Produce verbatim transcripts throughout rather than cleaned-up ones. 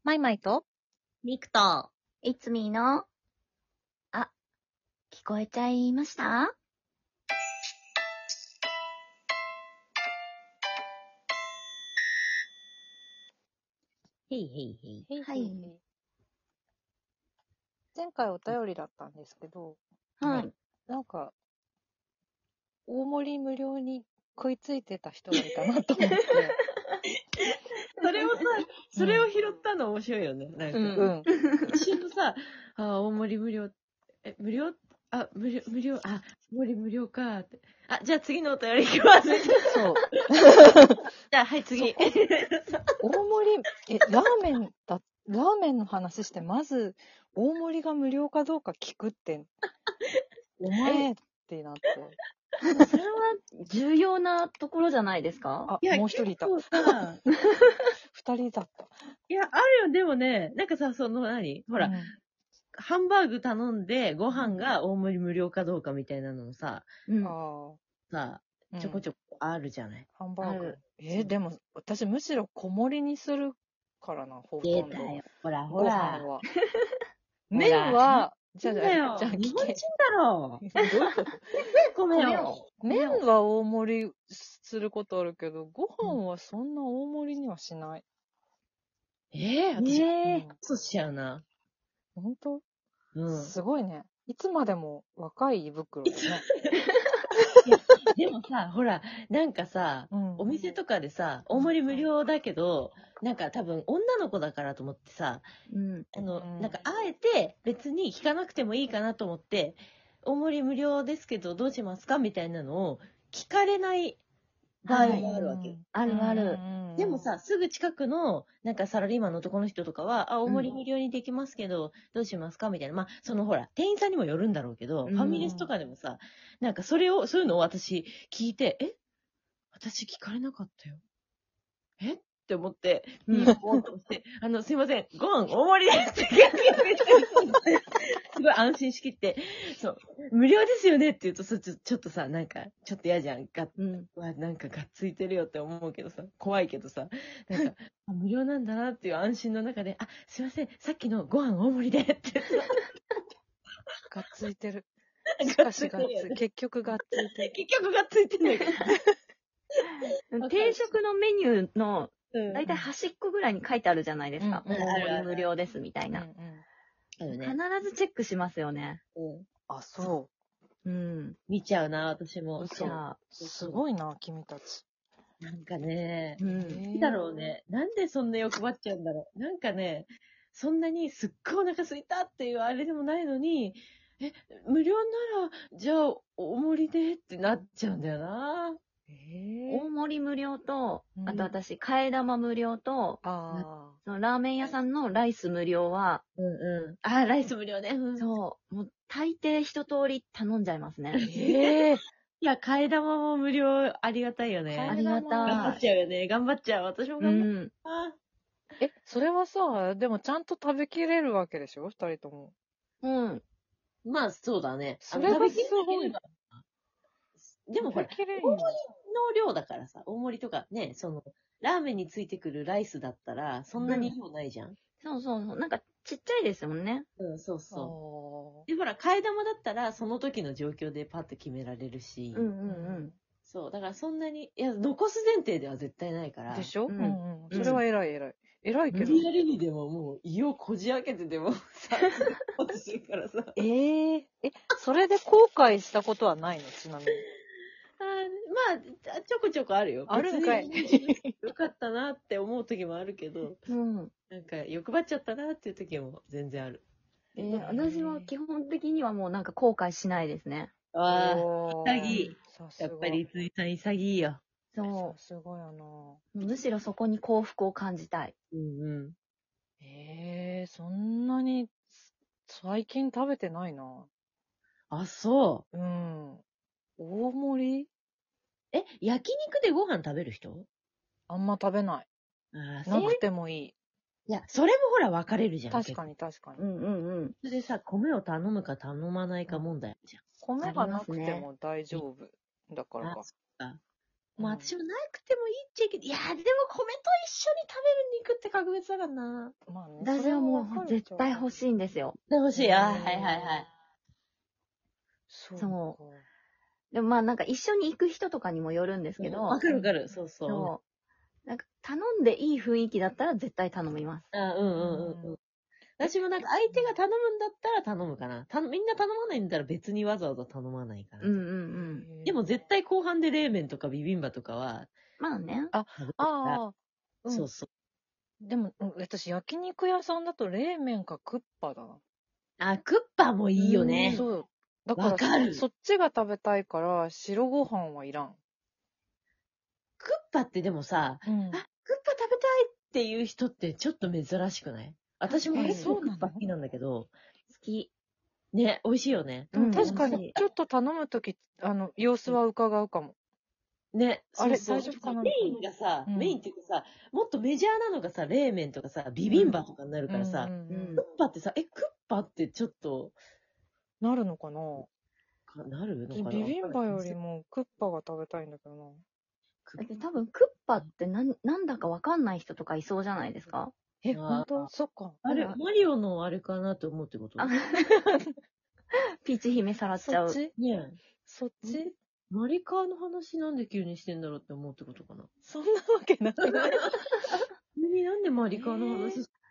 マイマイとリクと、 いつみーの、あ、聞こえちゃいました？ へいへいへい。 へいはい。 へいへい。前回お便りだったんですけど、 はい。 なんか、大盛り無料に食いついてた人がいたなと思って。 それをさ、それを拾ったの面白いよね。なんか、 うんうん。 一瞬のさ、あ、大盛り無料、え、無料あ、無料、無料、あ、大盛り無料かって。あ、じゃあ次のお便り行きます。 そう。 じゃあ、はい、次。 大盛り、え、ラーメンだ、ラーメンの話して、まず、大盛りが無料かどうか聞くって、お前ってなって。 それは重要なところじゃないですか？ あ、 いや、 もう一人いた。 結構さ、 二人だった。 いや、あるよ、でもね、なんかさ、その何ほら、 うんハンバーグ頼んで、ご飯が大盛り無料かどうかみたいなのもさ、 うん。 あさ、 あ、 ちょこちょこあるじゃない。 ハンバーグある。 えーでも、私むしろ小盛りにするからな、ほとんど。 よ。ほら、 ご飯は。 ほ麺らは、じゃあ、 だよ。 じゃあ、 日本人聞け。 だろ。 どういうこと米を。 麺は大盛りすることあるけど、ご飯はそんな大盛りにはしない。 ええ私、 ええそうしちゃうな。 ほんとうん。 すごいね。いつまでも若い胃袋だね。 でもさ、ほら、なんかさ、 うんお店とかでさ、大盛り無料だけど、なんか多分女の子だからと思ってさ、 うん。 あの、 うんなんかあえて別に聞かなくてもいいかなと思って、大盛り無料ですけどどうしますかみたいなのを聞かれない場合もあるわけよ。 あるある。 でもさ、すぐ近くの、なんかサラリーマンの男の人とかは、あ、大盛り無料にできますけど、どうしますかみたいな。まあ、そのほら、店員さんにもよるんだろうけど、 うんファミレスとかでもさ、なんかそれを、そういうのを私聞いて、え私聞かれなかったよ。えって思って、 うんピンポンと押して、あの、すいません、ご飯大盛りですって言ってすごい安心しきって、そう、無料ですよねって言うとさ、ちょちょっとさ、なんか、ちょっと嫌じゃん。がうん。 わなんかがっついてるよって思うけどさ、怖いけどさ、なんか、あ無料なんだなっていう安心の中で、あ、すいません、さっきのご飯大盛りでってがっついてる。 さ、 しかしがっがっついてるよねつい、結局がっついてる。 結局がっついてんだけど。 定食のメニューの、 うんだいたい端っこぐらいに書いてあるじゃないですか。 うんうん大盛り無料ですみたいな。 うんうんある必ね。 ずチェックしますよね。 うん。 あ、そうん。 見ちゃうな、私も。 じゃあ、 う。すごいな、君たち。 なんかね、 うん。 なんだろうね。なんでそんな欲張っちゃうんだろう。なんかね、そんなにすっごいお腹空いたっていうあれでもないのに、え、無料なら、じゃあ、大盛りでってなっちゃうんだよな。 え大盛り無料と、 うんあと私、替え玉無料と、 あそのラーメン屋さんのライス無料は、 うんうん。あ、ライス無料ね。うん。 そう、もう大抵一通り頼んじゃいますね。 ええいや、替え玉も無料ありがたいよね。 ありが頑た張っちゃうよね。頑張っちゃう。私もう頑張っん。 た。 え、それはさ、でもちゃんと食べきれるわけでしょ二人とも。 うん。 まあ、そうだね。 それがあの食べきすごいれなければでもほら、 食べきれる大盛りの量だからさ、大盛りとかね、その、ラーメンについてくるライスだったら、そんなに量ないじゃん。 そうそうそう。なんかちっちゃいですもんね。 うん、そうあそう。で、ほら、替え玉だったら、その時の状況でパッと決められるし、 うんうんうん。 そう、だからそんなに、いや、残す前提では絶対ないから、 ーでしょううんんうん。それは偉い偉い。偉いけど。 無理やりにでももう胃をこじ開けてでもさ、落ちするからさ。 えええ、それで後悔したことはないのちなみに。 あーまあ、ちょこちょこあるよ。 あるんかい別によかったなって思う時もあるけど、 うん。 なんか欲張っちゃったなっていう時も全然ある。 えー、私は基本的にはもうなんか後悔しないですね。 ああ、 おー潔い。 さすが。 やっぱり、いついさん潔いよ。 そさすがやな。 う。むしろそこに幸福を感じたい。 うんうん。 ええそんなに、最近食べてないな。 あ、そうん。大盛りう。え、焼肉でご飯食べる人あんま食べない。 ああ、 なそう。 くてもいい。 いや、それもほら分かれるじゃん。 確かに確かに。 うんうんうん。 それでさ、米を頼むか頼まないか問題じゃん。 米がなくても大丈夫。だからあか。 あ、 まあ私もなくてもいいっちゃいけど、いやーでも米と一緒に食べる肉って格別だからな。 まあね。 私はもう絶対欲い。 しいんですよ。 で欲しい。あーはいはいはい。 そうそか。 でもまあなんか一緒に行く人とかにもよるんですけど、 わかるわかる。そうそう。 そう。なんか頼んでいい雰囲気だったら絶対頼みます。 あうんうんうんうん。私もなんか相手が頼むんだったら頼むかな。たみんな頼まないんだったら別にわざわざ頼まないかな。 うんうんうん。 でも絶対後半で冷麺とかビビンバとかはまあね。 あ、 食べるから。 ああ、うんそうそう。 でも、うん私、焼肉屋さんだと冷麺かクッパだな。 あ、クッパもいいよね。 そう。だからわかるそ、そっちが食べたいから、白ご飯はいらん。 クッパってでもさ、 うん。 あ、クッパ食べたいっていう人ってちょっと珍しくない？私もえ結構そうなのクッパ好きなんだけど、 好き。 ね、美味しいよね。 でも確かうん美味しいに、ちょっと頼むとき、あの、様子は伺うかも。 ね、 あれそうそう大丈夫かなメインがさ、 うんメインっていうかさ、もっとメジャーなのがさ、冷麺とかさ、ビビンバとかになるからさ、 うんうんううんんクッパってさ、え、クッパってちょっと、 なるのかなかなるのかなビビンバよりもクッパが食べたいんだけどな。 だって多分クッパってなんなんだかわかんない人とかいそうじゃないですか？ え、 あーほんとそっか。 あれ、 あらマリオのあれかなと思うってこと？ あピーチ姫さらっちゃう。 そっちねえ。 そっちマリカーの話なんで急にしてんだろうって思うってことかな。 そんなわけなくない急になんでマリカーの話し、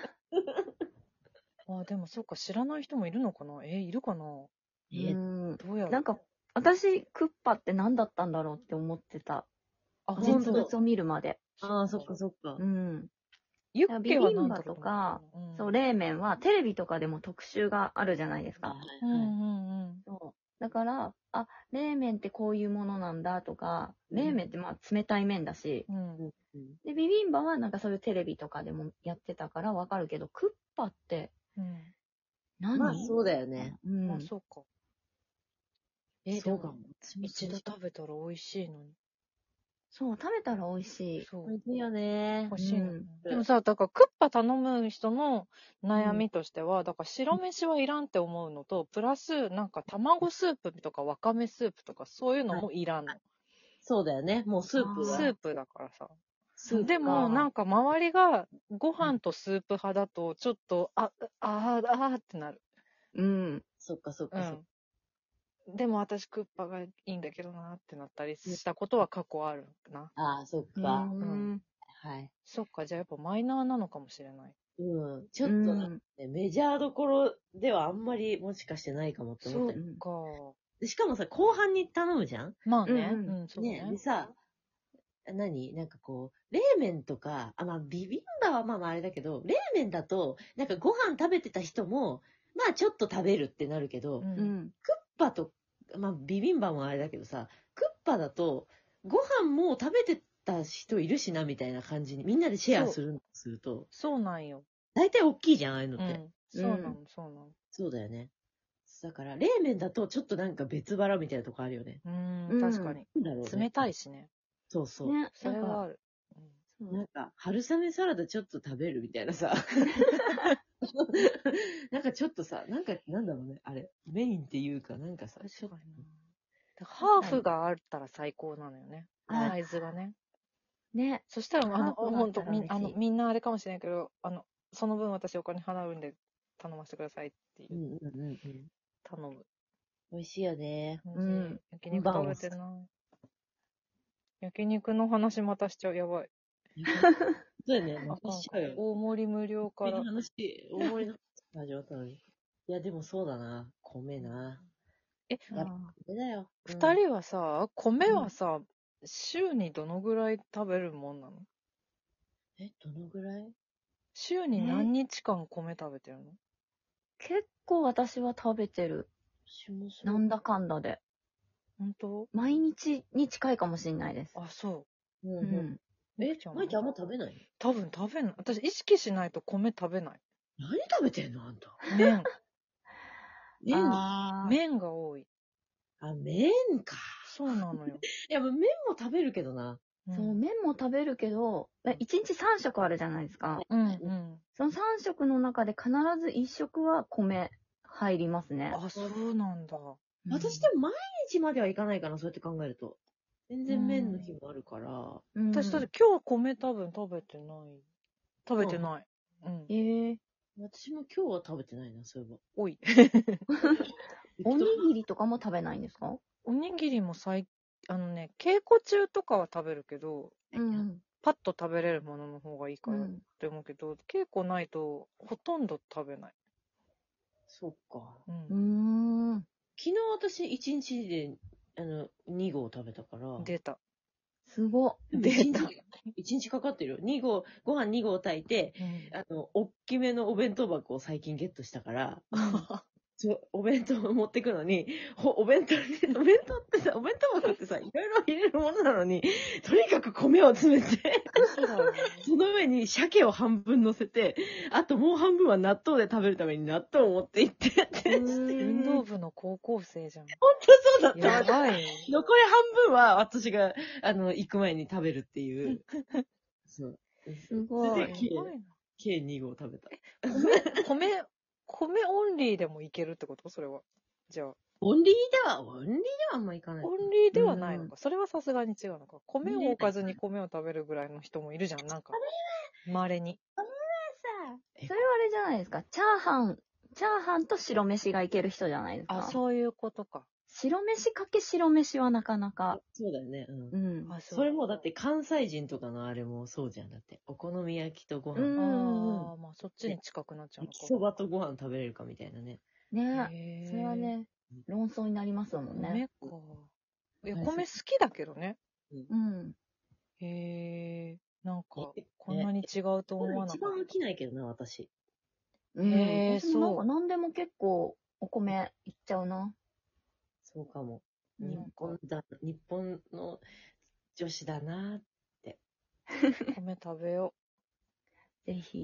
あ、でもそっか、知らない人もいるのかなえ、いるかなうえん。 どうやろうなんか、私、クッパって何だったんだろうって思ってた。 あ、 ほんと実物を見るまで。 ああ、そっかそっかう。ん。 ユッケは何だろうビビンバとか、 うんそう、冷麺はテレビとかでも特集があるじゃないですか。 はいうんはい。 うんうん。 そう。だから、あ、冷麺ってこういうものなんだとか、冷麺ってまあ冷たい麺だし、 うんうんで、ビビンバはなんかそういうテレビとかでもやってたからわかるけど、クッパってうん。 何？ まあそうだよね。 うん。 まあそうか。え、でもそうかも。私も一度食べたら美味しいのに。 そう、食べたら美味しい。 そう。 美味しいよね。 欲しいの、 うんでもさ、だからクッパ頼む人の悩みとしては、だから白飯はいらんって思うのと、プラスなんか卵スープとかわかめスープとかそういうのもいらんの。 そうだよね。もうスープは。 スープだからさ。 スープでもなんかか周りがご飯とスープ派だとちょっと、あ、あー、あーってなる。 うん。 そっかそっうかそっか。 ん。でも私クッパがいいんだけどなってなったりしたことは過去あるな。 ああ、そっうか。 ん。 はい。 そっか、じゃあやっぱマイナーなのかもしれない。 うん。ちょっとうんね、メジャーどころではあんまりもしかしてないかもって思そっったよ。 か。 でしかもさ、後半に頼むじゃんまあね。 ううんん、そうね。 ね。でさ、何なんかこう、冷麺とか、あ、まあ、ビビンバはまあまああれだけど、冷麺だと、なんかご飯食べてた人も、まあちょっと食べるってなるけど、 う。 クッうんん。 パと、まあビビンバもあれだけどさ、クッパだと、ご飯も食べてた人いるしな、みたいな感じに、みんなでシェアするとすると、 そうなんよ。 大体大きいじゃん、ああいうのって。 うん。そうなの、そうなの。 そうだよね。だから、冷麺だとちょっとなんか別腹みたいなとこあるよね。 ううんん、確かに。 なんだろうね冷たいしね。 そうそう。 ね、 それはある。 そうなんか、春雨サラダちょっと食べるみたいなさ。なんかちょっとさ、なんか、なんだろうね、あれ。メインっていうか、なんかさ、ちょっと確かにな。ハーフがあったら最高なのよね。 あサイズがね。 ね。 そしたら、あの、 ハーフがあほんと、 ったら嬉しいみあの、みんなあれかもしれないけど、あの、その分私お金払うんで頼ませてくださいっていうう。 んうんうんうん。 頼む。 美味しいよね。 美味しいうん焼肉食べてんな。焼肉の話またしちゃう。やばい。 そうだよね、まあかんかたしちゃうよ。 大盛り無料から。 話、大盛りの話始まったのに。いや、でもそうだな。米な。 え、 やっぱ米だよ。 二人はさ、米はさ、週にどのぐらい食べるもんなの？ え、どのぐらい週に何日間米食べてるの？ 結構私は食べてる。 私もそう。 なんだかんだで。 本当？ 毎日に近いかもしれないです。 あ、そう。 うんううん。 ん。 えみきちゃん、もまいちゃんあんま食べないの多分食べない。私意識しないと米食べない。 何食べてんのあんた。 麺。 麺あー麺が多い。 あ、麺か。 そうなのよ。 いや、もう麺も食べるけどな。 そう、 ん。 麺も食べるけど、いちにちさん食あるじゃないですか。 うんうん。 そのさん食の中で必ずいち食は米入りますね。 あ、そうなんだ。 うん私でも毎日まではいかないかな、そうやって考えると。 全然麺の日もあるから。 うん私だって今日米多分食べてない。食べてない。うん。 ええ私も今日は食べてないな、そういえば。 おい。 おにぎりとかも食べないんですか？ おにぎりも最、あのね、稽古中とかは食べるけど、 うん。 パッと食べれるものの方がいいからっうん。 て思うけど、稽古ないとほとんど食べない。 そっか。 う。 うんーん。 昨日私いちにちで、あの、に合食べたから。 出た。 すごっ。 でも出一た。 日、一日かかってるよ。に合、ご飯に合炊いて、 うん。 あの、おっきめのお弁当箱を最近ゲットしたから、 うんそうお弁当を持ってくのに、ほお弁当に、お弁当ってさ、お弁当箱ってさ、いろいろ入れるものなのに、とにかく米を詰めて、 そうだよね。 その上に鮭を半分乗せて、あともう半分は納豆で食べるために納豆を持って行ってって、 運動部の高校生じゃん。 そうだった。 やばい。 残り半分は私が、あの、行く前に食べるっていう。そう。 すごいそれで計やばいな。 計に合食べた。 米、米、米オンリーでもいけるってことそれは。じゃあ、 オンリーでは、オンリーではあんまいかない。 オンリーではないのうんか。それはさすがに違うのか。米を置かずに米を食べるぐらいの人もいるじゃん。なんか、稀に。 それはあれじゃないですか。チャーハン、チャーハンと白飯がいける人じゃないですか。 あ、そういうことか。 白飯かけ白飯はなかなか。 そうだよね。うん。 うん。 あ、そう。 それもだって関西人とかのあれもそうじゃん。だって、お好み焼きとご飯、 うんああ、まあそっちに近くなっちゃうのか。 焼きそばとご飯食べれるかみたいなね。 ねへーそれはね、論争になりますもんね。 米か。いや、 はい米好きだけどね。 うん。 へえ、なんかね、 こんなに違うと思わなかっ一番飽きないけどな、私。 うん。 へー私もなんかそう何でも結構お米いっちゃうな。 そうかも。 うん日本だ、日本の女子だな。 た。米食べよう。 ぜひ。